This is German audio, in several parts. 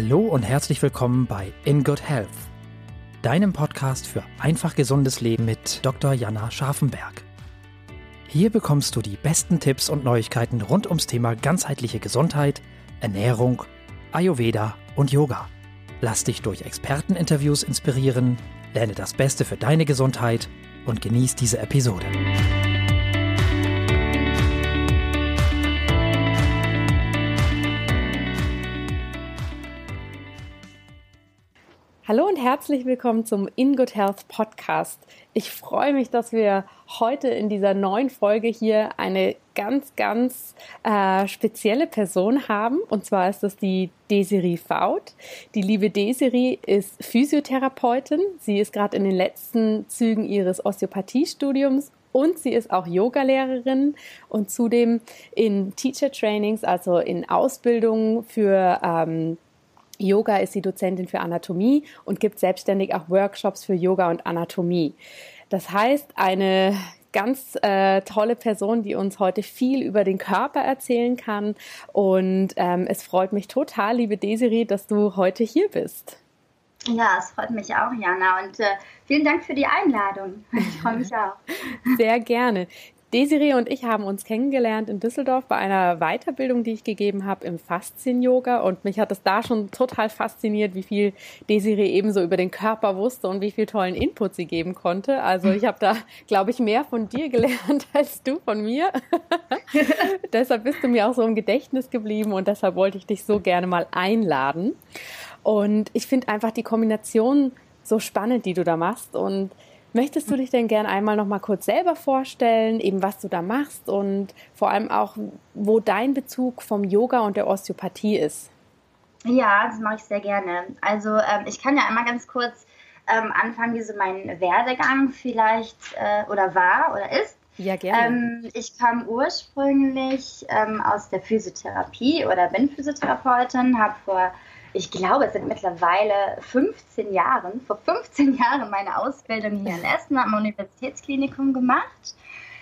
Hallo und herzlich willkommen bei In Good Health, deinem Podcast für einfach gesundes Leben mit Dr. Jana Scharfenberg. Hier bekommst du die besten Tipps und Neuigkeiten rund ums Thema ganzheitliche Gesundheit, Ernährung, Ayurveda und Yoga. Lass dich durch Experteninterviews inspirieren, lerne das Beste für deine Gesundheit und genieß diese Episode. Hallo und herzlich willkommen zum In Good Health Podcast. Ich freue mich, dass wir heute in dieser neuen Folge hier eine ganz spezielle Person haben. Und zwar ist das die Desiree Faut. Die liebe Desiree ist Physiotherapeutin. Sie ist gerade in den letzten Zügen ihres Osteopathiestudiums und sie ist auch Yogalehrerin und zudem in Teacher Trainings, also in Ausbildungen für Yoga ist sie Dozentin für Anatomie und gibt selbstständig auch Workshops für Yoga und Anatomie. Das heißt, eine ganz tolle Person, die uns heute viel über den Körper erzählen kann. Und es freut mich total, liebe Desiree, dass du heute hier bist. Ja, es freut mich auch, Jana. Und vielen Dank für die Einladung. Ich freue mich auch. Sehr gerne. Desiree und ich haben uns kennengelernt in Düsseldorf bei einer Weiterbildung, die ich gegeben habe im Faszien-Yoga, und mich hat es da schon total fasziniert, wie viel Desiree ebenso über den Körper wusste und wie viel tollen Input sie geben konnte. Also ich habe da, glaube ich, mehr von dir gelernt als du von mir. Deshalb bist du mir auch so im Gedächtnis geblieben und deshalb wollte ich dich so gerne mal einladen. Und ich finde einfach die Kombination so spannend, die du da machst. Und möchtest du dich denn gern einmal noch mal kurz selber vorstellen, eben was du da machst und vor allem auch, wo dein Bezug vom Yoga und der Osteopathie ist? Ja, das mache ich sehr gerne. Also ich kann ja einmal ganz kurz anfangen, wie so mein Werdegang vielleicht war oder ist. Ja, gerne. Ich kam ursprünglich aus der Physiotherapie oder bin Physiotherapeutin, habe ich glaube, es sind mittlerweile 15 Jahren, vor 15 Jahren meine Ausbildung hier in Essen am Universitätsklinikum gemacht.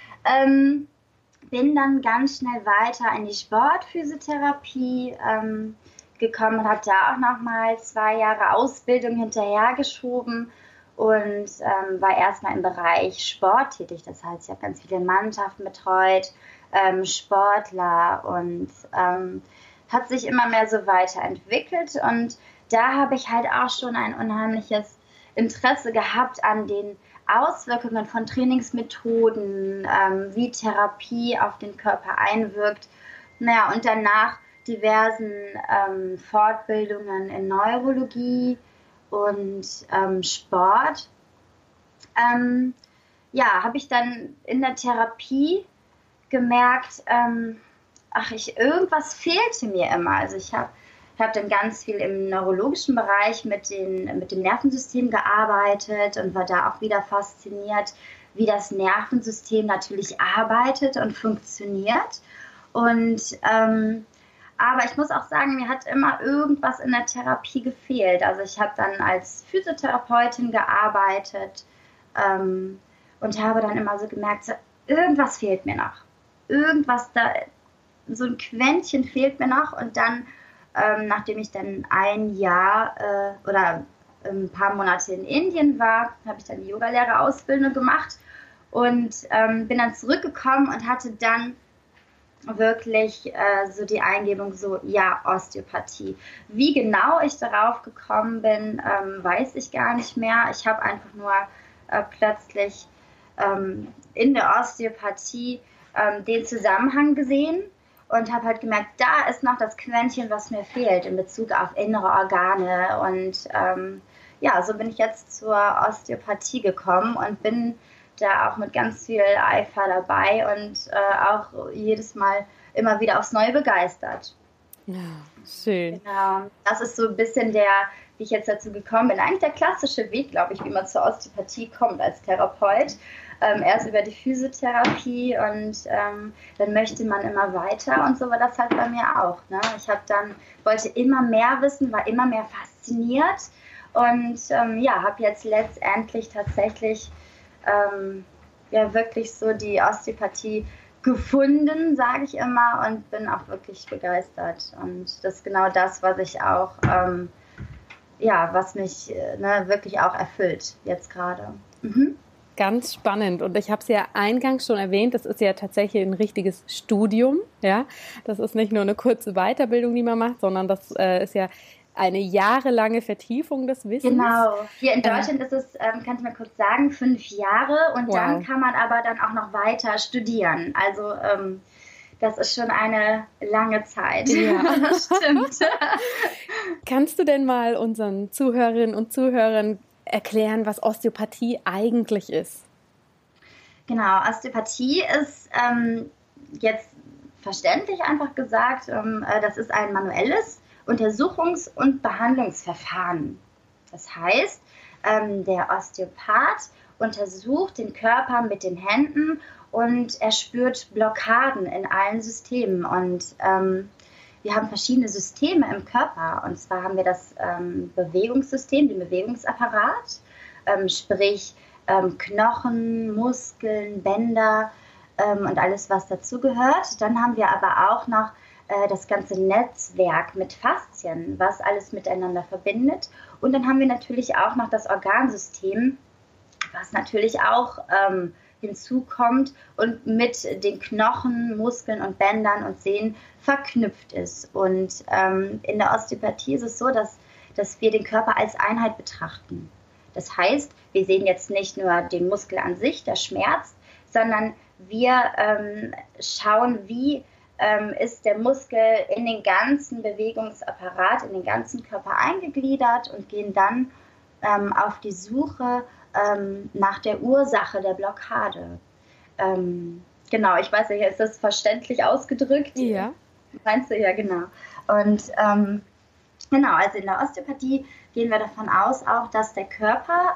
Bin dann ganz schnell weiter in die Sportphysiotherapie gekommen und habe da auch nochmal 2 Jahre Ausbildung hinterhergeschoben und war erstmal im Bereich Sport tätig. Das heißt, ich habe ganz viele Mannschaften betreut, Sportler und hat sich immer mehr so weiterentwickelt, und da habe ich halt auch schon ein unheimliches Interesse gehabt an den Auswirkungen von Trainingsmethoden, wie Therapie auf den Körper einwirkt. Naja, und danach diversen Fortbildungen in Neurologie und Sport. Habe ich dann in der Therapie gemerkt, irgendwas fehlte mir immer. Also ich habe dann ganz viel im neurologischen Bereich mit dem Nervensystem gearbeitet und war da auch wieder fasziniert, wie das Nervensystem natürlich arbeitet und funktioniert. Und aber ich muss auch sagen, mir hat immer irgendwas in der Therapie gefehlt. Also ich habe dann als Physiotherapeutin gearbeitet und habe dann immer so gemerkt, so, irgendwas fehlt mir noch. Irgendwas da, so ein Quäntchen fehlt mir noch. Und dann, nachdem ich dann ein Jahr oder ein paar Monate in Indien war, habe ich dann die Yogalehrerausbildung gemacht und bin dann zurückgekommen und hatte dann wirklich so die Eingebung, so, ja, Osteopathie. Wie genau ich darauf gekommen bin, weiß ich gar nicht mehr. Ich habe einfach nur plötzlich in der Osteopathie den Zusammenhang gesehen und habe halt gemerkt, da ist noch das Quäntchen, was mir fehlt in Bezug auf innere Organe. Und so bin ich jetzt zur Osteopathie gekommen und bin da auch mit ganz viel Eifer dabei und auch jedes Mal immer wieder aufs Neue begeistert. Ja, schön. Genau. Das ist so ein bisschen wie ich jetzt dazu gekommen bin. Eigentlich der klassische Weg, glaube ich, wie man zur Osteopathie kommt als Therapeut. Erst über die Physiotherapie und dann möchte man immer weiter, und so war das halt bei mir auch. Ne? Ich wollte immer mehr wissen, war immer mehr fasziniert und habe jetzt letztendlich tatsächlich wirklich so die Osteopathie gefunden, sage ich immer, und bin auch wirklich begeistert. Und das ist genau das, was ich auch, was mich wirklich auch erfüllt jetzt gerade. Mhm. Ganz spannend. Und ich habe es ja eingangs schon erwähnt, das ist ja tatsächlich ein richtiges Studium. Ja, das ist nicht nur eine kurze Weiterbildung, die man macht, sondern das ist ja eine jahrelange Vertiefung des Wissens. Genau. Hier in Deutschland ist es, kann ich mal kurz sagen, 5 Jahre und dann kann man aber dann auch noch weiter studieren. Also das ist schon eine lange Zeit. Ja, das stimmt. Kannst du denn mal unseren Zuhörerinnen und Zuhörern erklären, was Osteopathie eigentlich ist? Genau, Osteopathie ist jetzt verständlich einfach gesagt, das ist ein manuelles Untersuchungs- und Behandlungsverfahren. Das heißt, der Osteopath untersucht den Körper mit den Händen und er spürt Blockaden in allen Systemen. Und wir haben verschiedene Systeme im Körper. Und zwar haben wir das Bewegungssystem, den Bewegungsapparat, sprich Knochen, Muskeln, Bänder und alles, was dazugehört. Dann haben wir aber auch noch das ganze Netzwerk mit Faszien, was alles miteinander verbindet. Und dann haben wir natürlich auch noch das Organsystem, was natürlich auch hinzukommt und mit den Knochen, Muskeln und Bändern und Sehnen verknüpft ist. Und in der Osteopathie ist es so, dass wir den Körper als Einheit betrachten. Das heißt, wir sehen jetzt nicht nur den Muskel an sich, der schmerzt, sondern wir schauen, wie ist der Muskel in den ganzen Bewegungsapparat, in den ganzen Körper eingegliedert und gehen dann auf die Suche nach der Ursache der Blockade. Genau, ich weiß nicht, ist das verständlich ausgedrückt? Ja. Meinst du? Ja, genau. Und genau, also in der Osteopathie gehen wir davon aus auch, dass der Körper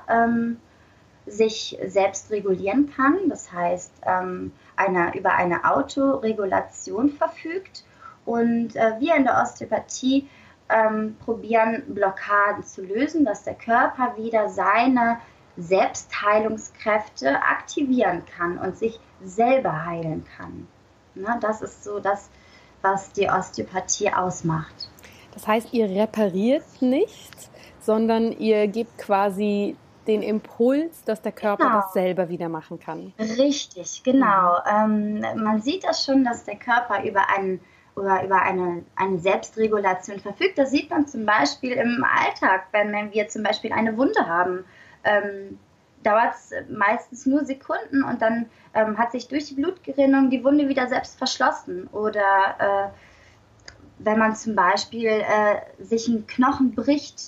sich selbst regulieren kann, das heißt über eine Autoregulation verfügt und wir in der Osteopathie probieren Blockaden zu lösen, dass der Körper wieder seine Selbstheilungskräfte aktivieren kann und sich selber heilen kann. Na, das ist so das, was die Osteopathie ausmacht. Das heißt, ihr repariert nicht, sondern ihr gebt quasi den Impuls, dass der Körper das selber wieder machen kann. Richtig, genau. Man sieht das schon, dass der Körper über eine Selbstregulation verfügt. Das sieht man zum Beispiel im Alltag, wenn wir zum Beispiel eine Wunde haben. Dauert es meistens nur Sekunden und dann hat sich durch die Blutgerinnung die Wunde wieder selbst verschlossen. Oder wenn man zum Beispiel sich einen Knochen bricht,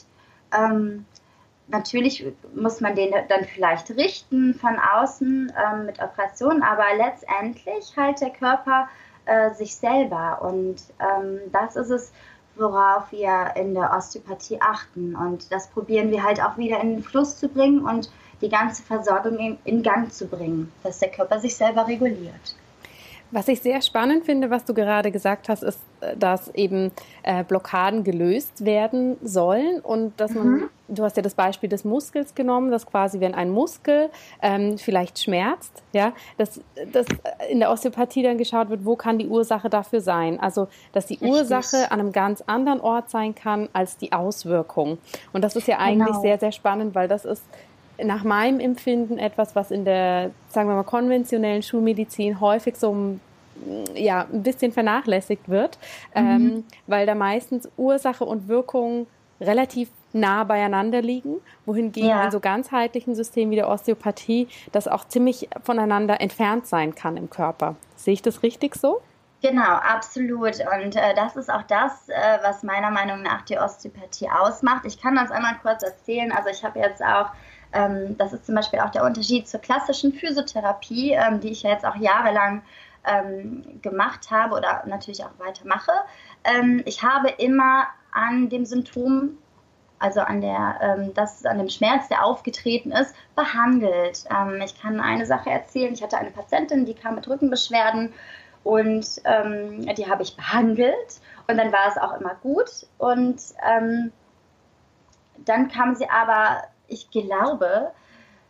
natürlich muss man den dann vielleicht richten von außen mit Operationen, aber letztendlich halt der Körper sich selber. Und das ist es, worauf wir in der Osteopathie achten. Und das probieren wir halt auch wieder in den Fluss zu bringen und die ganze Versorgung in Gang zu bringen, dass der Körper sich selber reguliert. Was ich sehr spannend finde, was du gerade gesagt hast, ist, dass eben Blockaden gelöst werden sollen und dass man, du hast ja das Beispiel des Muskels genommen, dass quasi, wenn ein Muskel vielleicht schmerzt, ja, dass in der Osteopathie dann geschaut wird, wo kann die Ursache dafür sein? Also, dass die Ursache an einem ganz anderen Ort sein kann als die Auswirkung. Und das ist ja eigentlich sehr, sehr spannend, weil das ist nach meinem Empfinden etwas, was in der, sagen wir mal, konventionellen Schulmedizin häufig so ein bisschen vernachlässigt wird, weil da meistens Ursache und Wirkung relativ nah beieinander liegen, wohingegen in so ganzheitlichen Systemen wie der Osteopathie das auch ziemlich voneinander entfernt sein kann im Körper. Sehe ich das richtig so? Genau, absolut. Und das ist auch das, was meiner Meinung nach die Osteopathie ausmacht. Ich kann das einmal kurz erzählen. Also ich habe jetzt auch das ist zum Beispiel auch der Unterschied zur klassischen Physiotherapie, die ich ja jetzt auch jahrelang gemacht habe oder natürlich auch weitermache. Ich habe immer an dem Symptom, also an dem Schmerz, der aufgetreten ist, behandelt. Ich kann eine Sache erzählen. Ich hatte eine Patientin, die kam mit Rückenbeschwerden und die habe ich behandelt und dann war es auch immer gut. Und dann kam sie aber, ich glaube,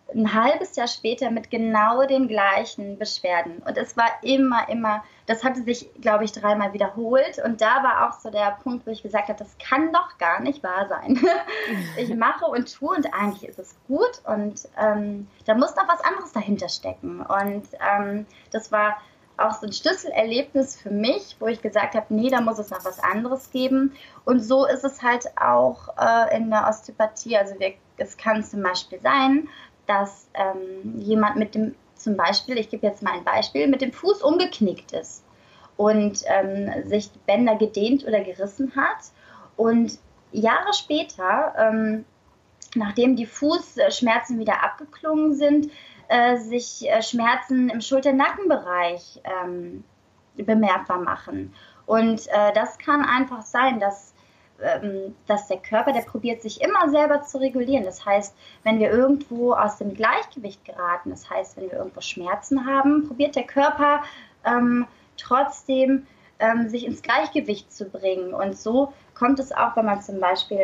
ein halbes Jahr später mit genau den gleichen Beschwerden. Und es war immer, das hatte sich, glaube ich, 3-mal wiederholt. Und da war auch so der Punkt, wo ich gesagt habe, das kann doch gar nicht wahr sein. Ich mache und tue und eigentlich ist es gut. Und da muss noch was anderes dahinter stecken. Und das war auch so ein Schlüsselerlebnis für mich, wo ich gesagt habe, nee, da muss es noch was anderes geben. Und so ist es halt auch in der Osteopathie. Also es kann zum Beispiel sein, dass jemand mit dem, zum Beispiel, ich gebe jetzt mal ein Beispiel, mit dem Fuß umgeknickt ist und sich die Bänder gedehnt oder gerissen hat und Jahre später, nachdem die Fußschmerzen wieder abgeklungen sind, sich Schmerzen im Schulter-Nackenbereich bemerkbar machen. Und das kann einfach sein, dass der Körper, der probiert sich immer selber zu regulieren. Das heißt, wenn wir irgendwo aus dem Gleichgewicht geraten, das heißt, wenn wir irgendwo Schmerzen haben, probiert der Körper trotzdem sich ins Gleichgewicht zu bringen. Und so kommt es auch, wenn man zum Beispiel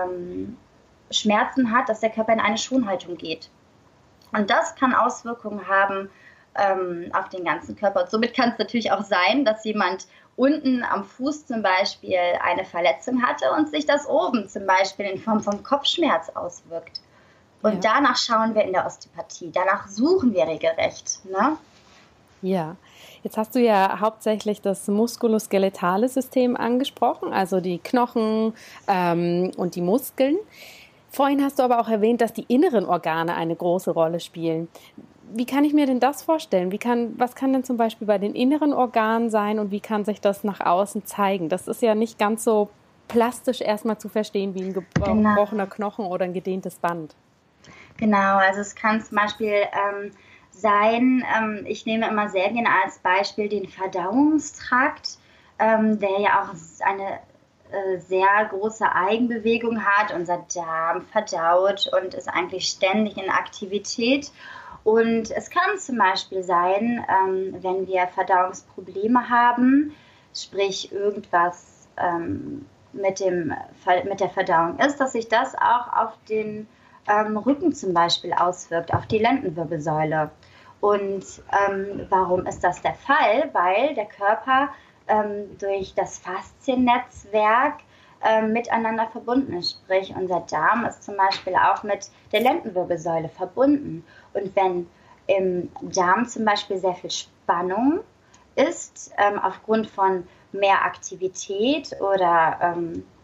Schmerzen hat, dass der Körper in eine Schonhaltung geht. Und das kann Auswirkungen haben auf den ganzen Körper. Und somit kann es natürlich auch sein, dass jemand unten am Fuß zum Beispiel eine Verletzung hatte und sich das oben zum Beispiel in Form von Kopfschmerz auswirkt. Und danach schauen wir in der Osteopathie, danach suchen wir regelrecht. Ne? Ja, jetzt hast du ja hauptsächlich das muskuloskeletale System angesprochen, also die Knochen und die Muskeln. Vorhin hast du aber auch erwähnt, dass die inneren Organe eine große Rolle spielen. Wie kann ich mir denn das vorstellen? Was kann denn zum Beispiel bei den inneren Organen sein und wie kann sich das nach außen zeigen? Das ist ja nicht ganz so plastisch erstmal zu verstehen wie ein gebrochener Knochen oder ein gedehntes Band. Genau, also es kann zum Beispiel sein, ich nehme immer sehr gerne als Beispiel den Verdauungstrakt, der ja auch eine sehr große Eigenbewegung hat. Unser Darm verdaut und ist eigentlich ständig in Aktivität. Und es kann zum Beispiel sein, wenn wir Verdauungsprobleme haben, sprich irgendwas mit der Verdauung ist, dass sich das auch auf den Rücken zum Beispiel auswirkt, auf die Lendenwirbelsäule. Und warum ist das der Fall? Weil der Körper durch das Fasziennetzwerk miteinander verbunden ist. Sprich, unser Darm ist zum Beispiel auch mit der Lendenwirbelsäule verbunden. Und wenn im Darm zum Beispiel sehr viel Spannung ist, aufgrund von mehr Aktivität oder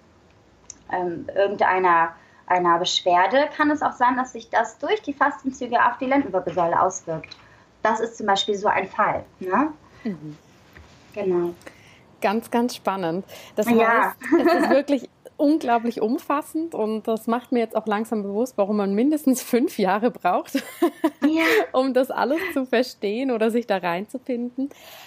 irgendeiner Beschwerde, kann es auch sein, dass sich das durch die Faszienzüge auf die Lendenwirbelsäule auswirkt. Das ist zum Beispiel so ein Fall. Ne? Mhm. Genau. Ganz, ganz spannend. Das heißt, es ist wirklich unglaublich umfassend und das macht mir jetzt auch langsam bewusst, warum man mindestens 5 Jahre braucht, um das alles zu verstehen oder sich da reinzufinden.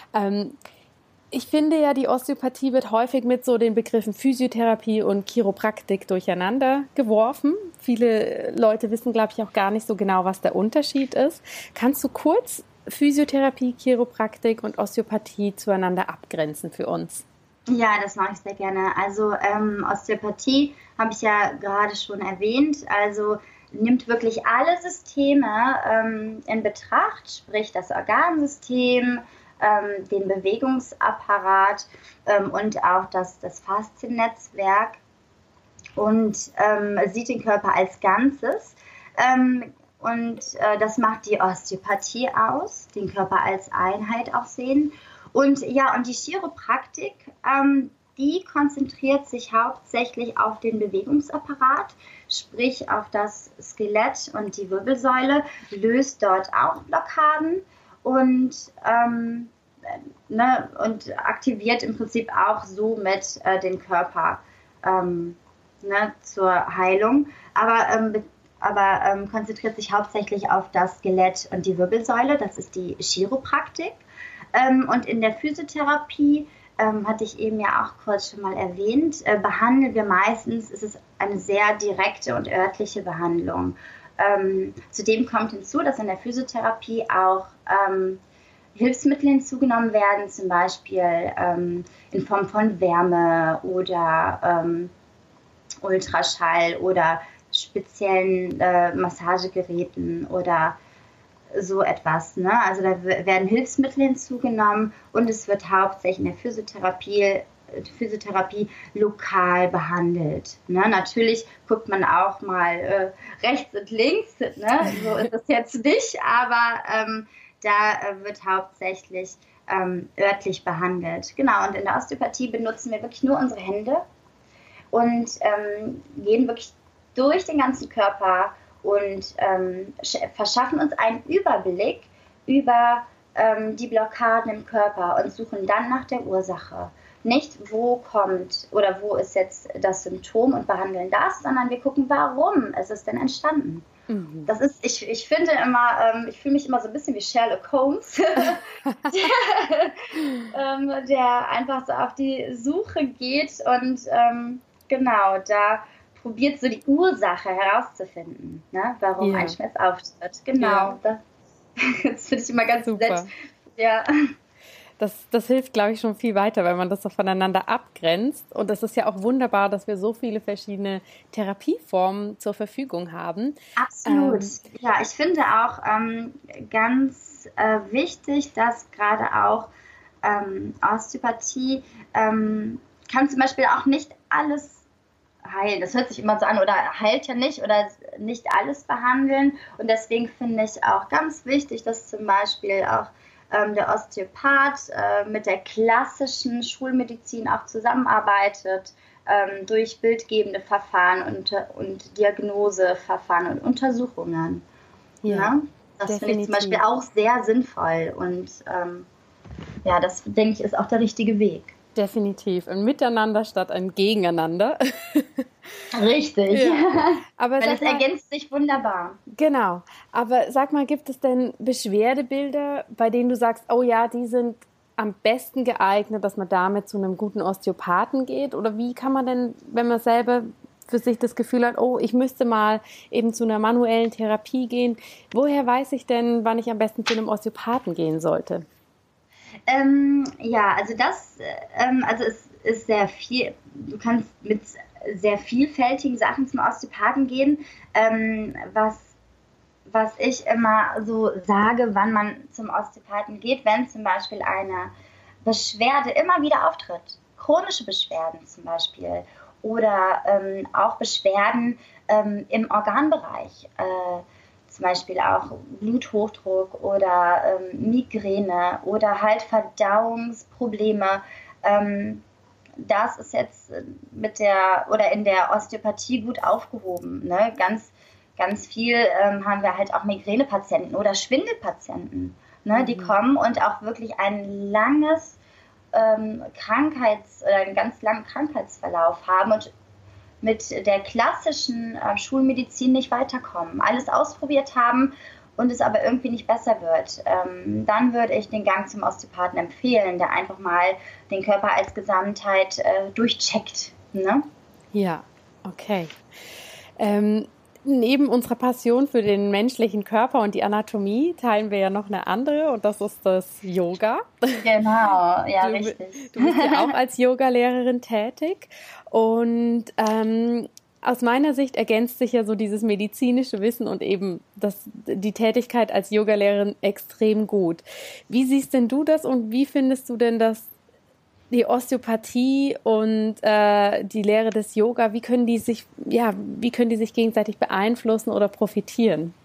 Ich finde ja, die Osteopathie wird häufig mit so den Begriffen Physiotherapie und Chiropraktik durcheinander geworfen. Viele Leute wissen, glaube ich, auch gar nicht so genau, was der Unterschied ist. Kannst du kurz Physiotherapie, Chiropraktik und Osteopathie zueinander abgrenzen für uns? Ja, das mache ich sehr gerne. Also Osteopathie habe ich ja gerade schon erwähnt. Also nimmt wirklich alle Systeme in Betracht, sprich das Organsystem, den Bewegungsapparat und auch das Fasziennetzwerk und sieht den Körper als Ganzes. Und das macht die Osteopathie aus, den Körper als Einheit auch sehen. Und ja, und die Chiropraktik, die konzentriert sich hauptsächlich auf den Bewegungsapparat, sprich auf das Skelett und die Wirbelsäule, löst dort auch Blockaden und und aktiviert im Prinzip auch somit den Körper zur Heilung. Aber konzentriert sich hauptsächlich auf das Skelett und die Wirbelsäule. Das ist die Chiropraktik. Und in der Physiotherapie, hatte ich eben ja auch kurz schon mal erwähnt, behandeln wir meistens, es ist eine sehr direkte und örtliche Behandlung. Zudem kommt hinzu, dass in der Physiotherapie auch Hilfsmittel hinzugenommen werden, zum Beispiel in Form von Wärme oder Ultraschall oder speziellen Massagegeräten oder so etwas. Ne? Also da werden Hilfsmittel hinzugenommen und es wird hauptsächlich in der Physiotherapie lokal behandelt. Ne? Natürlich guckt man auch mal rechts und links, ne? So ist es jetzt nicht, aber da wird hauptsächlich örtlich behandelt. Genau, und in der Osteopathie benutzen wir wirklich nur unsere Hände und gehen wirklich durch den ganzen Körper und verschaffen uns einen Überblick über die Blockaden im Körper und suchen dann nach der Ursache. Nicht, wo kommt oder wo ist jetzt das Symptom und behandeln das, sondern wir gucken, warum ist es denn entstanden. Mhm. Das ist, ich finde immer, ich fühle mich immer so ein bisschen wie Sherlock Holmes, der einfach so auf die Suche geht und genau, da probiert so die Ursache herauszufinden, ne? Warum ein Schmerz auftritt. Genau, das finde ich immer ganz super. Nett. Ja. Das hilft, glaube ich, schon viel weiter, weil man das so voneinander abgrenzt. Und es ist ja auch wunderbar, dass wir so viele verschiedene Therapieformen zur Verfügung haben. Absolut. Ja, ich finde auch ganz wichtig, dass gerade auch Osteopathie kann zum Beispiel auch nicht alles heilen. Das hört sich immer so an oder heilt ja nicht oder nicht alles behandeln. Und deswegen finde ich auch ganz wichtig, dass zum Beispiel auch der Osteopath mit der klassischen Schulmedizin auch zusammenarbeitet durch bildgebende Verfahren und Diagnoseverfahren und Untersuchungen. Ja, das finde ich zum Beispiel auch sehr sinnvoll und ja, das denke ich ist auch der richtige Weg. Definitiv. Ein Miteinander statt ein Gegeneinander. Richtig. Ja. Aber weil es ergänzt sich wunderbar. Genau. Aber sag mal, gibt es denn Beschwerdebilder, bei denen du sagst, oh ja, die sind am besten geeignet, dass man damit zu einem guten Osteopathen geht? Oder wie kann man denn, wenn man selber für sich das Gefühl hat, oh, ich müsste mal eben zu einer manuellen Therapie gehen, woher weiß ich denn, wann ich am besten zu einem Osteopathen gehen sollte? Ja, also es ist sehr viel, du kannst mit sehr vielfältigen Sachen zum Osteopathen gehen. Was ich immer so sage, wann man zum Osteopathen geht, wenn zum Beispiel eine Beschwerde immer wieder auftritt, chronische Beschwerden zum Beispiel oder auch Beschwerden im Organbereich, zum Beispiel auch Bluthochdruck oder Migräne oder halt Verdauungsprobleme. Das ist jetzt in der Osteopathie gut aufgehoben. Ne? Ganz viel haben wir halt auch Migränepatienten oder Schwindelpatienten, ne? Die kommen und auch wirklich ein langes einen ganz langen Krankheitsverlauf haben und mit der klassischen Schulmedizin nicht weiterkommen, alles ausprobiert haben und es aber irgendwie nicht besser wird, dann würde ich den Gang zum Osteopathen empfehlen, der einfach mal den Körper als Gesamtheit durchcheckt. Ne? Ja, okay. Neben unserer Passion für den menschlichen Körper und die Anatomie teilen wir ja noch eine andere und das ist das Yoga. Genau, ja, richtig. Du bist ja auch als Yogalehrerin tätig und aus meiner Sicht ergänzt sich ja so dieses medizinische Wissen und eben die Tätigkeit als Yogalehrerin extrem gut. Wie siehst denn du das und wie findest du denn, dass die Osteopathie und die Lehre des Yoga, wie können die sich gegenseitig beeinflussen oder profitieren?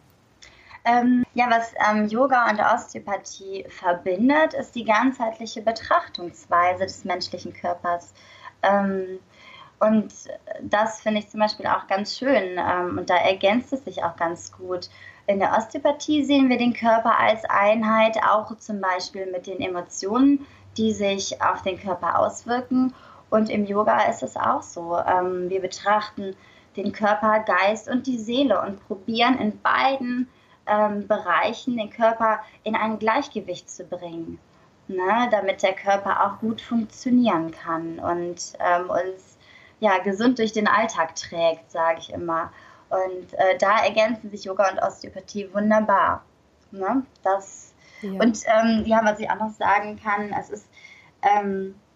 Was Yoga und Osteopathie verbindet, ist die ganzheitliche Betrachtungsweise des menschlichen Körpers. Und das finde ich zum Beispiel auch ganz schön und da ergänzt es sich auch ganz gut. In der Osteopathie sehen wir den Körper als Einheit, auch zum Beispiel mit den Emotionen, die sich auf den Körper auswirken. Und im Yoga ist es auch so. Wir betrachten den Körper, Geist und die Seele und probieren in beiden Bereichen den Körper in ein Gleichgewicht zu bringen, ne, damit der Körper auch gut funktionieren kann und uns gesund durch den Alltag trägt, sage ich immer. Und da ergänzen sich Yoga und Osteopathie wunderbar. Ne? Und was ich auch noch sagen kann, es ist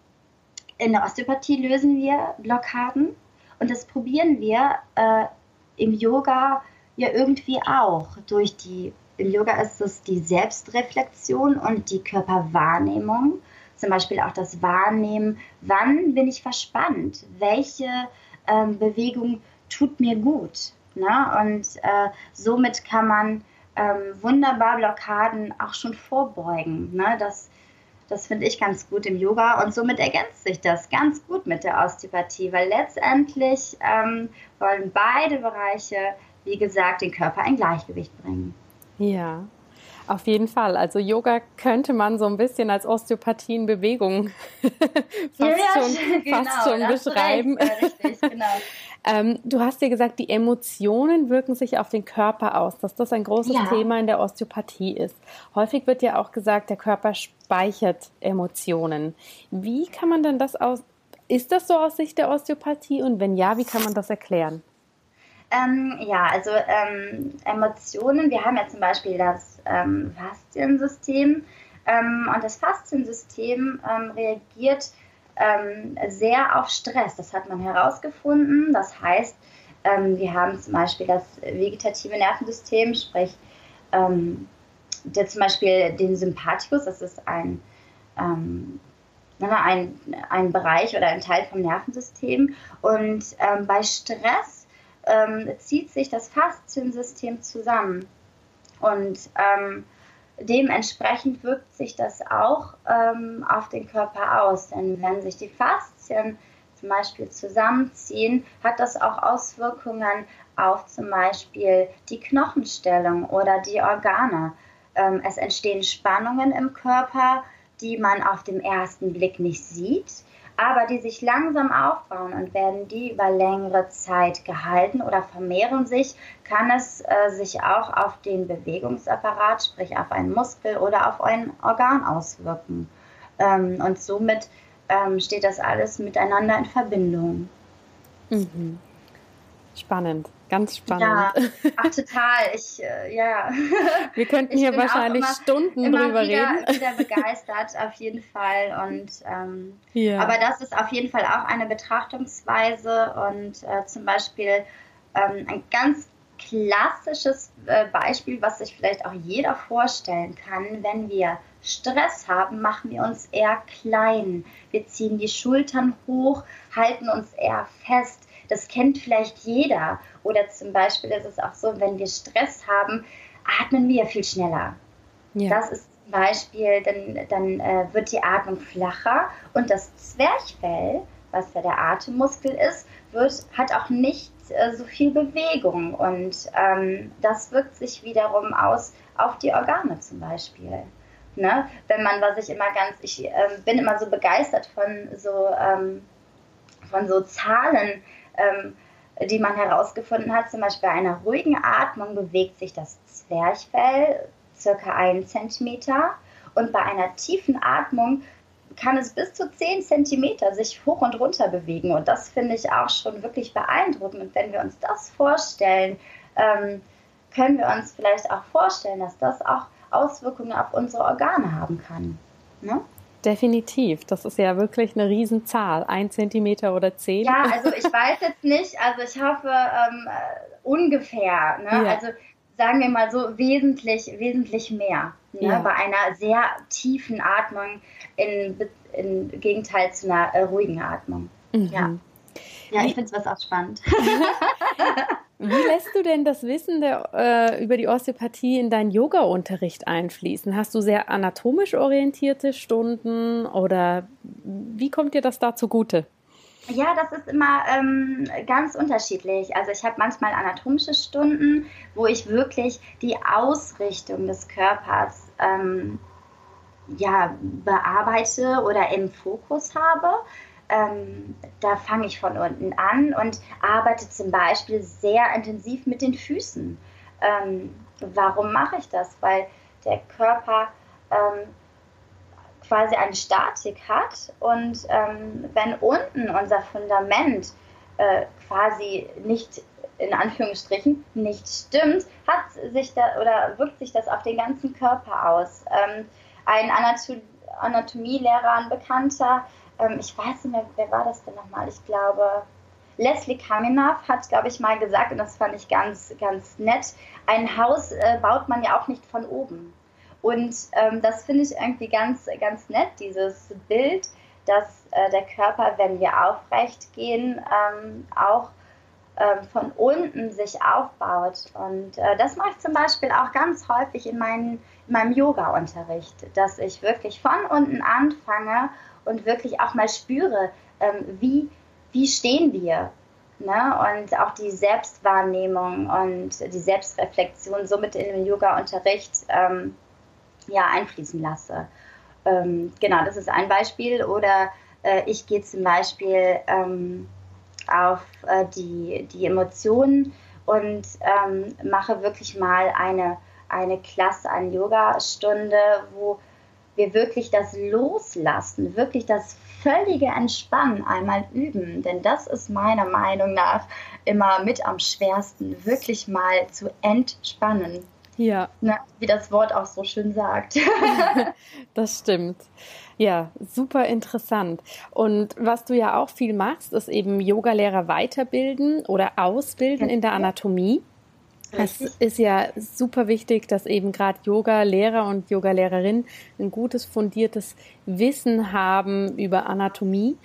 in der Osteopathie lösen wir Blockaden und das probieren wir im Yoga ja irgendwie auch. Im Yoga ist es die Selbstreflexion und die Körperwahrnehmung. Zum Beispiel auch das Wahrnehmen, wann bin ich verspannt, welche Bewegung tut mir gut. Ne? Und somit kann man wunderbar Blockaden auch schon vorbeugen. Ne? Das finde ich ganz gut im Yoga und somit ergänzt sich das ganz gut mit der Osteopathie, weil letztendlich wollen beide Bereiche, wie gesagt, den Körper in Gleichgewicht bringen. Ja, auf jeden Fall. Also Yoga könnte man so ein bisschen als Osteopathie in Bewegung fast schon beschreiben. Recht, ja, richtig, genau. Du hast ja gesagt, die Emotionen wirken sich auf den Körper aus, dass das ein großes Thema in der Osteopathie ist. Häufig wird ja auch gesagt, der Körper speichert Emotionen. Wie kann man denn ist das so aus Sicht der Osteopathie und wenn ja, wie kann man das erklären? Emotionen, wir haben ja zum Beispiel das Fasziensystem und das Fasziensystem reagiert sehr auf Stress. Das hat man herausgefunden. Das heißt, wir haben zum Beispiel das vegetative Nervensystem, sprich zum Beispiel den Sympathikus, das ist ein Bereich oder ein Teil vom Nervensystem. Und bei Stress zieht sich das Fasziensystem zusammen und dementsprechend wirkt sich das auch auf den Körper aus, denn wenn sich die Faszien zum Beispiel zusammenziehen, hat das auch Auswirkungen auf zum Beispiel die Knochenstellung oder die Organe. Es entstehen Spannungen im Körper, die man auf den ersten Blick nicht sieht, aber die sich langsam aufbauen und werden die über längere Zeit gehalten oder vermehren sich, kann es sich auch auf den Bewegungsapparat, sprich auf einen Muskel oder auf ein Organ auswirken. Und somit steht das alles miteinander in Verbindung. Mhm. Spannend, ganz spannend. Ja, ach total. Wir könnten hier wahrscheinlich Stunden drüber reden. Wieder begeistert, auf jeden Fall. Und aber das ist auf jeden Fall auch eine Betrachtungsweise und zum Beispiel ein ganz klassisches Beispiel, was sich vielleicht auch jeder vorstellen kann, wenn wir Stress haben, machen wir uns eher klein. Wir ziehen die Schultern hoch, halten uns eher fest. Das kennt vielleicht jeder. Oder zum Beispiel ist es auch so, wenn wir Stress haben, atmen wir viel schneller. Ja. Das ist zum Beispiel, dann wird die Atmung flacher und das Zwerchfell, was ja der Atemmuskel ist, hat auch nicht so viel Bewegung. Und das wirkt sich wiederum aus auf die Organe zum Beispiel. Ne? Wenn man, ich bin immer so begeistert von so Zahlen, die man herausgefunden hat. Zum Beispiel bei einer ruhigen Atmung bewegt sich das Zwerchfell circa 1 Zentimeter und bei einer tiefen Atmung kann es bis zu 10 Zentimeter sich hoch und runter bewegen und das finde ich auch schon wirklich beeindruckend und wenn wir uns das vorstellen, können wir uns vielleicht auch vorstellen, dass das auch Auswirkungen auf unsere Organe haben kann. Ne? Definitiv. Das ist ja wirklich eine Riesenzahl. 1 Zentimeter oder 10. Ja, also ich weiß jetzt nicht, also ich hoffe ungefähr. Ne? Ja. Also sagen wir mal so wesentlich mehr. Ne? Ja. Bei einer sehr tiefen Atmung im Gegenteil zu einer ruhigen Atmung. Mhm. Ja, ich finde es auch spannend. Wie lässt du denn das Wissen über die Osteopathie in deinen Yoga-Unterricht einfließen? Hast du sehr anatomisch orientierte Stunden oder wie kommt dir das da zugute? Ja, das ist immer ganz unterschiedlich. Also ich habe manchmal anatomische Stunden, wo ich wirklich die Ausrichtung des Körpers bearbeite oder im Fokus habe. Da fange ich von unten an und arbeite zum Beispiel sehr intensiv mit den Füßen. Warum mache ich das? Weil der Körper quasi eine Statik hat und wenn unten unser Fundament quasi nicht, in Anführungsstrichen, nicht stimmt, wirkt sich das auf den ganzen Körper aus. Ein Anatomielehrer, ein Bekannter, ich weiß nicht mehr, wer war das denn nochmal? Ich glaube, Leslie Kaminoff hat, glaube ich, mal gesagt, und das fand ich ganz, ganz nett, ein Haus baut man ja auch nicht von oben. Und das finde ich irgendwie ganz, ganz nett, dieses Bild, dass der Körper, wenn wir aufrecht gehen, auch von unten sich aufbaut. Und das mache ich zum Beispiel auch ganz häufig in meinem Yoga-Unterricht, dass ich wirklich von unten anfange und wirklich auch mal spüre, wie stehen wir. Ne? Und auch die Selbstwahrnehmung und die Selbstreflexion somit in den Yoga-Unterricht einfließen lasse. Genau, das ist ein Beispiel. Oder ich gehe zum Beispiel auf die Emotionen und mache wirklich mal eine Klasse, eine Yoga-Stunde, wo wir wirklich das Loslassen, wirklich das völlige Entspannen einmal üben. Denn das ist meiner Meinung nach immer mit am schwersten, wirklich mal zu entspannen. Ja. Na, wie das Wort auch so schön sagt. Das stimmt. Ja, super interessant. Und was du ja auch viel machst, ist eben Yogalehrer weiterbilden oder ausbilden in der Anatomie. Es ist ja super wichtig, dass eben gerade Yoga-Lehrer und Yoga-Lehrerinnen ein gutes, fundiertes Wissen haben über Anatomie.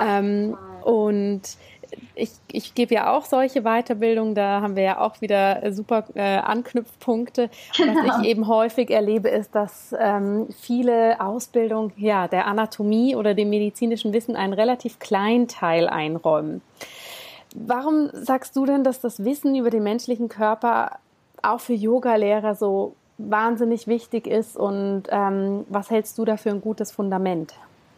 Und ich gebe ja auch solche Weiterbildungen, da haben wir ja auch wieder super Anknüpfpunkte. Genau. Was ich eben häufig erlebe, ist, dass viele Ausbildungen der Anatomie oder dem medizinischen Wissen einen relativ kleinen Teil einräumen. Warum sagst du denn, dass das Wissen über den menschlichen Körper auch für Yogalehrer so wahnsinnig wichtig ist und was hältst du da für ein gutes Fundament?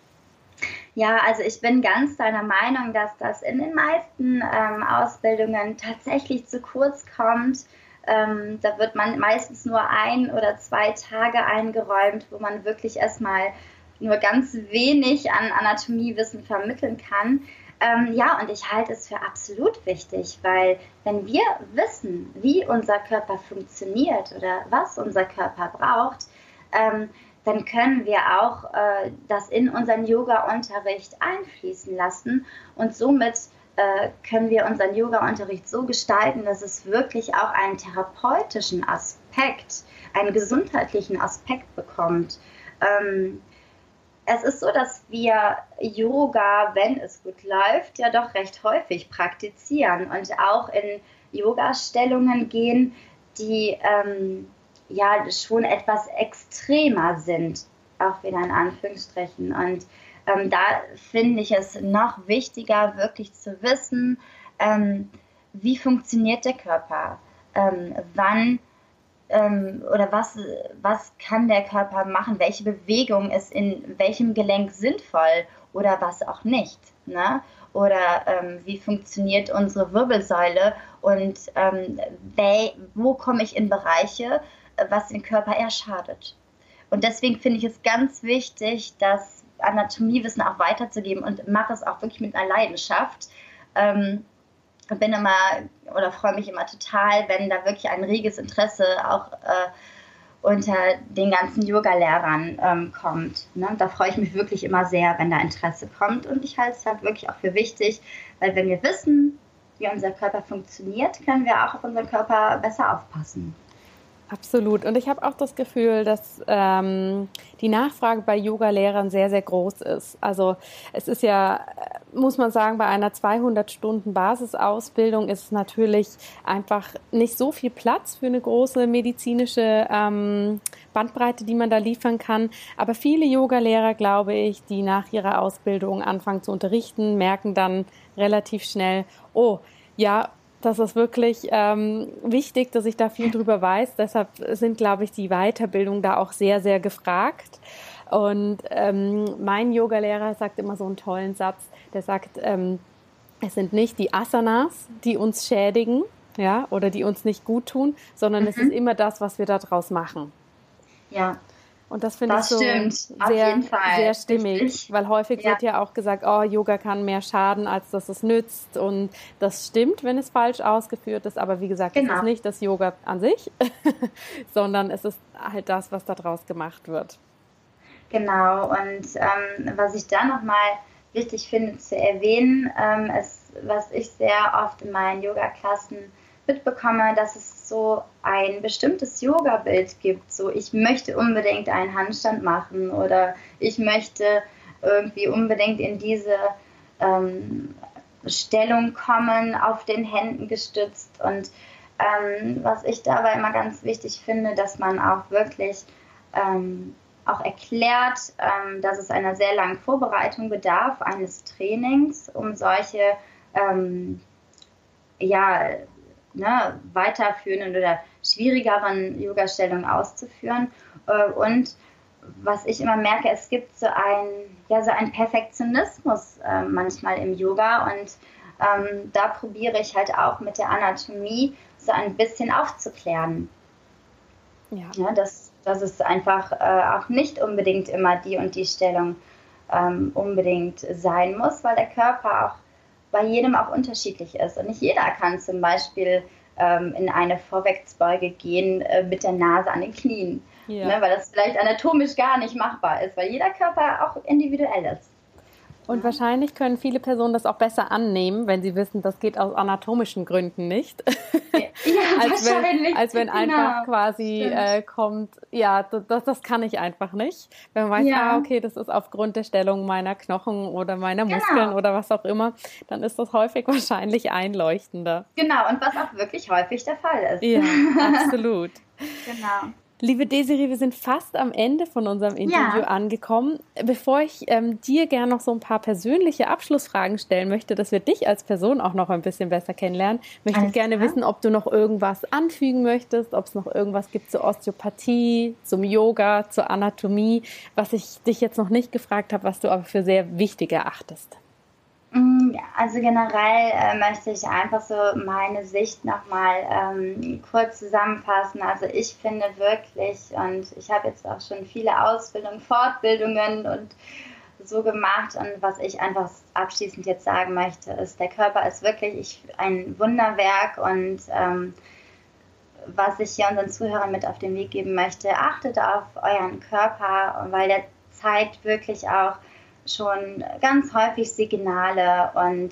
Ja, also ich bin ganz deiner Meinung, dass das in den meisten Ausbildungen tatsächlich zu kurz kommt. Da wird man meistens nur 1 oder 2 Tage eingeräumt, wo man wirklich erstmal nur ganz wenig an Anatomiewissen vermitteln kann. Und ich halte es für absolut wichtig, weil wenn wir wissen, wie unser Körper funktioniert oder was unser Körper braucht, dann können wir auch das in unseren Yoga-Unterricht einfließen lassen und somit können wir unseren Yoga-Unterricht so gestalten, dass es wirklich auch einen therapeutischen Aspekt, einen gesundheitlichen Aspekt bekommt. Es ist so, dass wir Yoga, wenn es gut läuft, ja doch recht häufig praktizieren und auch in Yoga-Stellungen gehen, die schon etwas extremer sind, auch wieder in Anführungsstrichen. Und da finde ich es noch wichtiger, wirklich zu wissen, wie funktioniert der Körper, wann oder was kann der Körper machen, welche Bewegung ist in welchem Gelenk sinnvoll oder was auch nicht, ne? Oder wie funktioniert unsere Wirbelsäule und wo komme ich in Bereiche, was den Körper eher schadet. Und deswegen finde ich es ganz wichtig, das Anatomiewissen auch weiterzugeben und mache es auch wirklich mit einer Leidenschaft. Bin immer oder freue mich immer total, wenn da wirklich ein reges Interesse auch unter den ganzen Yoga-Lehrern kommt. Ne? Da freue ich mich wirklich immer sehr, wenn da Interesse kommt. Und ich halte es halt wirklich auch für wichtig, weil wenn wir wissen, wie unser Körper funktioniert, können wir auch auf unseren Körper besser aufpassen. Absolut. Und ich habe auch das Gefühl, dass die Nachfrage bei Yoga-Lehrern sehr, sehr groß ist. Also es ist ja, muss man sagen, bei einer 200-Stunden-Basisausbildung ist es natürlich einfach nicht so viel Platz für eine große medizinische Bandbreite, die man da liefern kann. Aber viele Yoga-Lehrer, glaube ich, die nach ihrer Ausbildung anfangen zu unterrichten, merken dann relativ schnell, oh, ja, das ist wirklich wichtig, dass ich da viel drüber weiß. Deshalb sind, glaube ich, die Weiterbildungen da auch sehr, sehr gefragt. Und mein Yogalehrer sagt immer so einen tollen Satz, der sagt, es sind nicht die Asanas, die uns schädigen, ja, oder die uns nicht gut tun, sondern es ist immer das, was wir daraus machen. Ja. Und das finde ich so sehr, sehr stimmig, richtig. Weil häufig wird ja auch gesagt, oh, Yoga kann mehr schaden, als dass es nützt. Und das stimmt, wenn es falsch ausgeführt ist. Aber wie gesagt, es ist nicht das Yoga an sich, sondern es ist halt das, was daraus gemacht wird. Genau. Und was ich da nochmal wichtig finde zu erwähnen, es was ich sehr oft in meinen Yoga-Klassen mitbekomme, dass es so ein bestimmtes Yoga-Bild gibt. So, ich möchte unbedingt einen Handstand machen oder ich möchte irgendwie unbedingt in diese Stellung kommen, auf den Händen gestützt. Und was ich dabei immer ganz wichtig finde, dass man auch wirklich auch erklärt, dass es einer sehr langen Vorbereitung bedarf, eines Trainings, um solche weiterführenden oder schwierigeren Yoga-Stellungen auszuführen. Und was ich immer merke, es gibt so ein Perfektionismus manchmal im Yoga und da probiere ich halt auch mit der Anatomie so ein bisschen aufzuklären. Ja, dass es einfach auch nicht unbedingt immer die und die Stellung unbedingt sein muss, weil der Körper auch bei jedem auch unterschiedlich ist. Und nicht jeder kann zum Beispiel in eine Vorwärtsbeuge gehen mit der Nase an den Knien, ne, weil das vielleicht anatomisch gar nicht machbar ist, weil jeder Körper auch individuell ist. Und wahrscheinlich können viele Personen das auch besser annehmen, wenn sie wissen, das geht aus anatomischen Gründen nicht. als wenn einfach quasi kommt, ja, das kann ich einfach nicht. Wenn man weiß, okay, das ist aufgrund der Stellung meiner Knochen oder meiner Muskeln oder was auch immer, dann ist das häufig wahrscheinlich einleuchtender. Genau, und was auch wirklich häufig der Fall ist. Ja, absolut. Genau. Liebe Desiree, wir sind fast am Ende von unserem Interview angekommen. Bevor ich dir gerne noch so ein paar persönliche Abschlussfragen stellen möchte, dass wir dich als Person auch noch ein bisschen besser kennenlernen, möchte ich gerne wissen, ob du noch irgendwas anfügen möchtest, ob es noch irgendwas gibt zur Osteopathie, zum Yoga, zur Anatomie, was ich dich jetzt noch nicht gefragt habe, was du aber für sehr wichtig erachtest. Also generell möchte ich einfach so meine Sicht nochmal kurz zusammenfassen. Also ich finde wirklich, und ich habe jetzt auch schon viele Ausbildungen, Fortbildungen und so gemacht, und was ich einfach abschließend jetzt sagen möchte, ist, der Körper ist wirklich ein Wunderwerk, und was ich hier unseren Zuhörern mit auf den Weg geben möchte, achtet auf euren Körper, weil der zeigt wirklich auch schon ganz häufig Signale und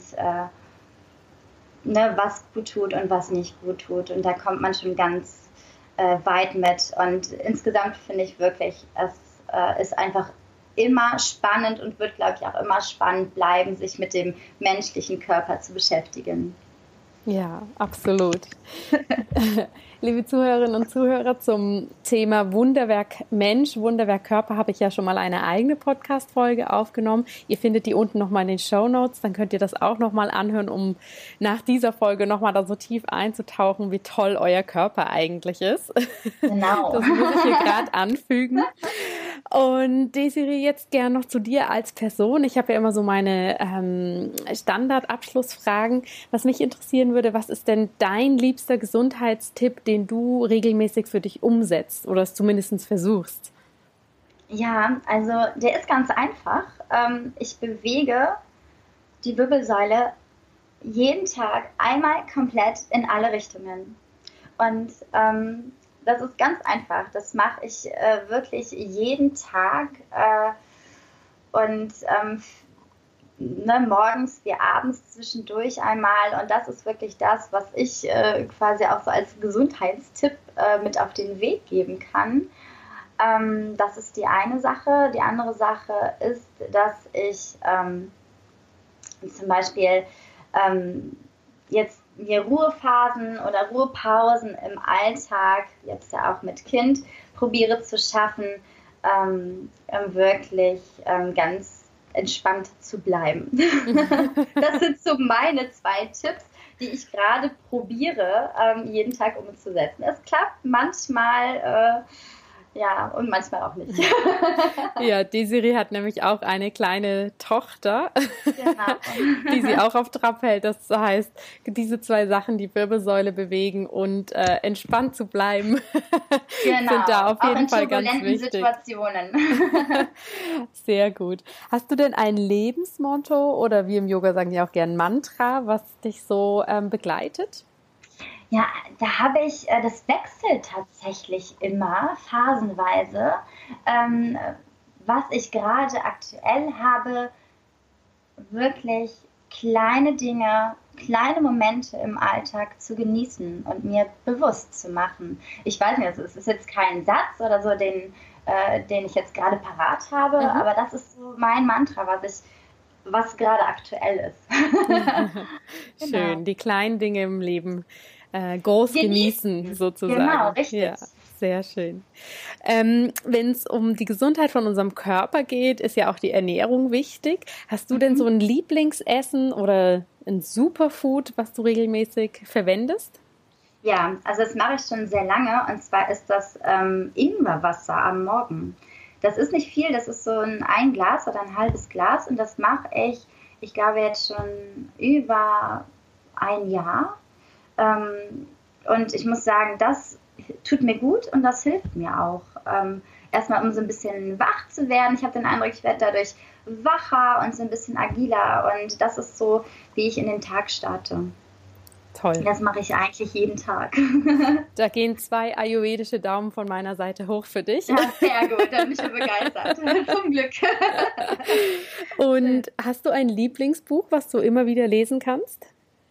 was gut tut und was nicht gut tut. Und da kommt man schon ganz weit mit. Und insgesamt finde ich wirklich, es ist einfach immer spannend und wird, glaube ich, auch immer spannend bleiben, sich mit dem menschlichen Körper zu beschäftigen. Ja, absolut. Liebe Zuhörerinnen und Zuhörer, zum Thema Wunderwerk Mensch, Wunderwerk Körper habe ich ja schon mal eine eigene Podcast-Folge aufgenommen. Ihr findet die unten nochmal in den Shownotes, dann könnt ihr das auch nochmal anhören, um nach dieser Folge nochmal da so tief einzutauchen, wie toll euer Körper eigentlich ist. Genau. Das muss ich hier gerade anfügen. Und Desiree, jetzt gern noch zu dir als Person. Ich habe ja immer so meine Standardabschlussfragen. Was mich interessieren würde, was ist denn dein liebster Gesundheitstipp, den du regelmäßig für dich umsetzt oder es zumindest versuchst? Ja, also der ist ganz einfach. Ich bewege die Wirbelsäule jeden Tag einmal komplett in alle Richtungen. Und das ist ganz einfach. Das mache ich wirklich jeden Tag und morgens wie abends zwischendurch einmal. Und das ist wirklich das, was ich quasi auch so als Gesundheitstipp mit auf den Weg geben kann. Das ist die eine Sache. Die andere Sache ist, dass ich zum Beispiel jetzt mir Ruhephasen oder Ruhepausen im Alltag, jetzt ja auch mit Kind, probiere zu schaffen, wirklich ganz entspannt zu bleiben. Das sind so meine 2 Tipps, die ich gerade probiere, jeden Tag umzusetzen. Es klappt manchmal, und manchmal auch nicht. Ja, Desiree hat nämlich auch eine kleine Tochter, die sie auch auf Trab hält. Das heißt, diese 2 Sachen, die Wirbelsäule bewegen und entspannt zu bleiben, sind da auf jeden Fall ganz wichtig. Situationen. Sehr gut. Hast du denn ein Lebensmotto oder wie im Yoga sagen die auch gern Mantra, was dich so begleitet? Ja, da habe ich, das wechselt tatsächlich immer, phasenweise. Was ich gerade aktuell habe, wirklich kleine Dinge, kleine Momente im Alltag zu genießen und mir bewusst zu machen. Ich weiß nicht, es ist jetzt kein Satz oder so, den ich jetzt gerade parat habe, aber das ist so mein Mantra, was gerade aktuell ist. Schön, genau. Die kleinen Dinge im Leben groß genießen sozusagen. Genau, richtig. Ja. Sehr schön. Wenn es um die Gesundheit von unserem Körper geht, ist ja auch die Ernährung wichtig. Hast du denn so ein Lieblingsessen oder ein Superfood, was du regelmäßig verwendest? Ja, also das mache ich schon sehr lange, und zwar ist das Ingwerwasser am Morgen. Das ist nicht viel, das ist so ein Glas oder ein halbes Glas, und das mache ich glaube jetzt schon über ein Jahr. Und ich muss sagen, das tut mir gut und das hilft mir auch. Erstmal, um so ein bisschen wach zu werden. Ich habe den Eindruck, ich werde dadurch wacher und so ein bisschen agiler, und das ist so, wie ich in den Tag starte. Toll. Das mache ich eigentlich jeden Tag. Da gehen 2 ayurvedische Daumen von meiner Seite hoch für dich. Ja, sehr gut, da bin ich ja begeistert. Zum Glück. Und hast du ein Lieblingsbuch, was du immer wieder lesen kannst?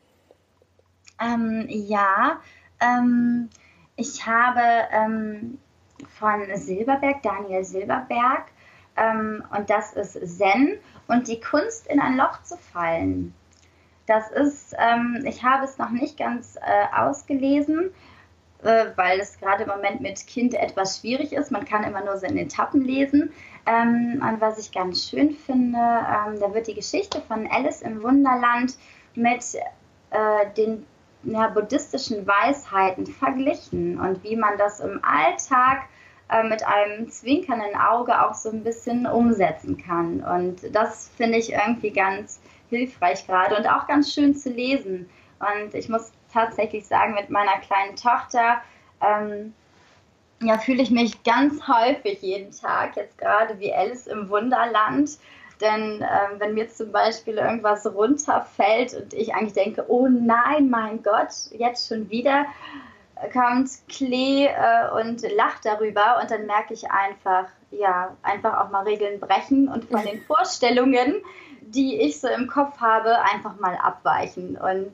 Ich habe von Daniel Silberberg, und das ist Zen und die Kunst, in ein Loch zu fallen. Das ist, ich habe es noch nicht ganz ausgelesen, weil es gerade im Moment mit Kind etwas schwierig ist. Man kann immer nur so in Etappen lesen. Und was ich ganz schön finde, da wird die Geschichte von Alice im Wunderland mit den buddhistischen Weisheiten verglichen und wie man das im Alltag mit einem zwinkernden Auge auch so ein bisschen umsetzen kann. Und das finde ich irgendwie ganz hilfreich gerade und auch ganz schön zu lesen. Und ich muss tatsächlich sagen, mit meiner kleinen Tochter fühle ich mich ganz häufig jeden Tag, jetzt gerade wie Alice im Wunderland. Denn wenn mir zum Beispiel irgendwas runterfällt und ich eigentlich denke, oh nein, mein Gott, jetzt schon wieder, kommt Klee und lacht darüber, und dann merke ich einfach auch mal Regeln brechen und von den Vorstellungen, die ich so im Kopf habe, einfach mal abweichen. Und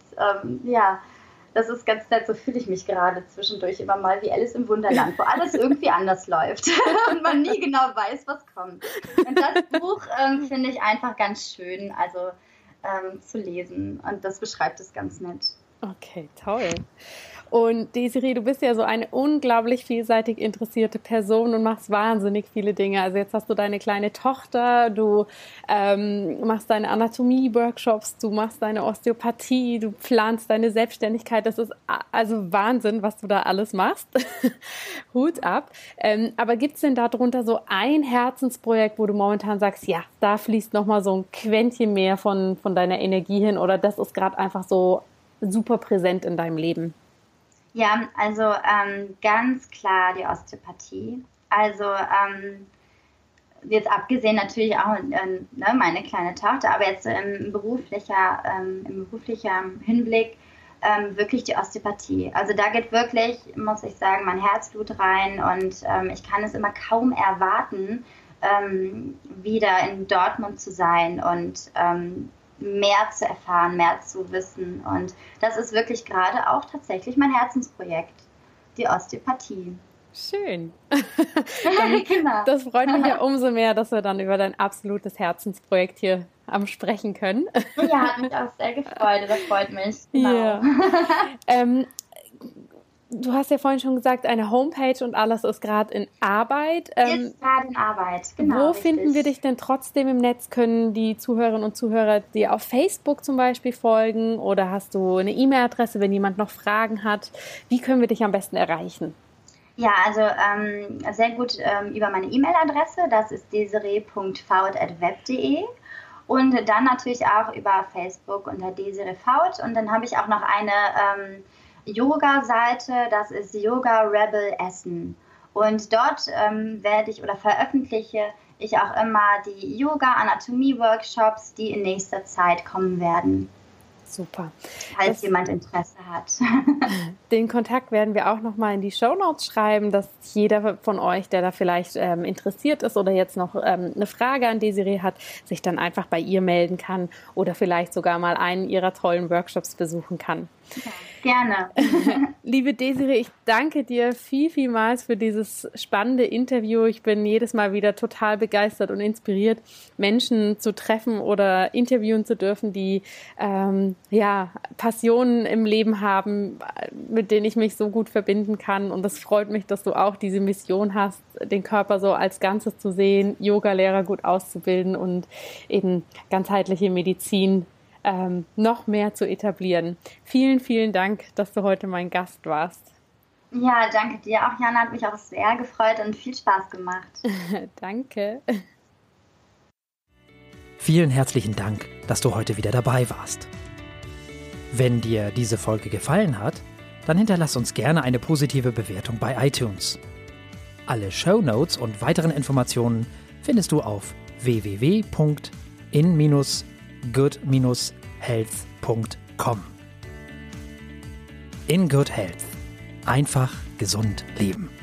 das ist ganz nett, so fühle ich mich gerade zwischendurch immer mal wie Alice im Wunderland, wo alles irgendwie anders läuft und man nie genau weiß, was kommt. Und das Buch finde ich einfach ganz schön, also zu lesen, und das beschreibt es ganz nett. Okay, toll. Und Desiree, du bist ja so eine unglaublich vielseitig interessierte Person und machst wahnsinnig viele Dinge. Also jetzt hast du deine kleine Tochter, du machst deine Anatomie-Workshops, du machst deine Osteopathie, du planst deine Selbstständigkeit. Das ist also Wahnsinn, was du da alles machst. Hut ab. Aber gibt es denn darunter so ein Herzensprojekt, wo du momentan sagst, ja, da fließt nochmal so ein Quäntchen mehr von deiner Energie hin, oder das ist gerade einfach so super präsent in deinem Leben? Ja, also ganz klar die Osteopathie. Also jetzt abgesehen natürlich auch meine kleine Tochter, aber jetzt im beruflicher Hinblick wirklich die Osteopathie. Also da geht wirklich, muss ich sagen, mein Herzblut rein, und ich kann es immer kaum erwarten, wieder in Dortmund zu sein und mehr zu erfahren, mehr zu wissen. Und das ist wirklich gerade auch tatsächlich mein Herzensprojekt, die Osteopathie. Schön. Genau. Das freut mich ja umso mehr, dass wir dann über dein absolutes Herzensprojekt hier sprechen können. Ja, hat mich auch sehr gefreut. Das freut mich. Genau. Ja. Du hast ja vorhin schon gesagt, eine Homepage und alles ist gerade in Arbeit. Ist gerade in Arbeit, genau. Wo finden wir dich denn trotzdem im Netz? Können die Zuhörerinnen und Zuhörer dir auf Facebook zum Beispiel folgen? Oder hast du eine E-Mail-Adresse, wenn jemand noch Fragen hat? Wie können wir dich am besten erreichen? Ja, also sehr gut über meine E-Mail-Adresse. Das ist desiree.faut@web.de. Und dann natürlich auch über Facebook unter Desiree Faut. Und dann habe ich auch noch eine Yoga-Seite, das ist Yoga Rebel Essen. Und dort veröffentliche ich auch immer die Yoga-Anatomie-Workshops, die in nächster Zeit kommen werden. Super. Falls jemand Interesse hat. Den Kontakt werden wir auch nochmal in die Shownotes schreiben, dass jeder von euch, der da vielleicht interessiert ist oder jetzt noch eine Frage an Desiree hat, sich dann einfach bei ihr melden kann oder vielleicht sogar mal einen ihrer tollen Workshops besuchen kann. Ja, gerne. Liebe Desiree, ich danke dir vielmals für dieses spannende Interview. Ich bin jedes Mal wieder total begeistert und inspiriert, Menschen zu treffen oder interviewen zu dürfen, die Passionen im Leben haben, mit denen ich mich so gut verbinden kann. Und es freut mich, dass du auch diese Mission hast, den Körper so als Ganzes zu sehen, Yoga-Lehrer gut auszubilden und eben ganzheitliche Medizin noch mehr zu etablieren. Vielen Dank, dass du heute mein Gast warst. Ja, danke dir auch, Jana. Hat mich auch sehr gefreut und viel Spaß gemacht. Danke. Vielen herzlichen Dank, dass du heute wieder dabei warst. Wenn dir diese Folge gefallen hat, dann hinterlass uns gerne eine positive Bewertung bei iTunes. Alle Shownotes und weiteren Informationen findest du auf www.in-good-health.com. In Good Health. Einfach gesund leben.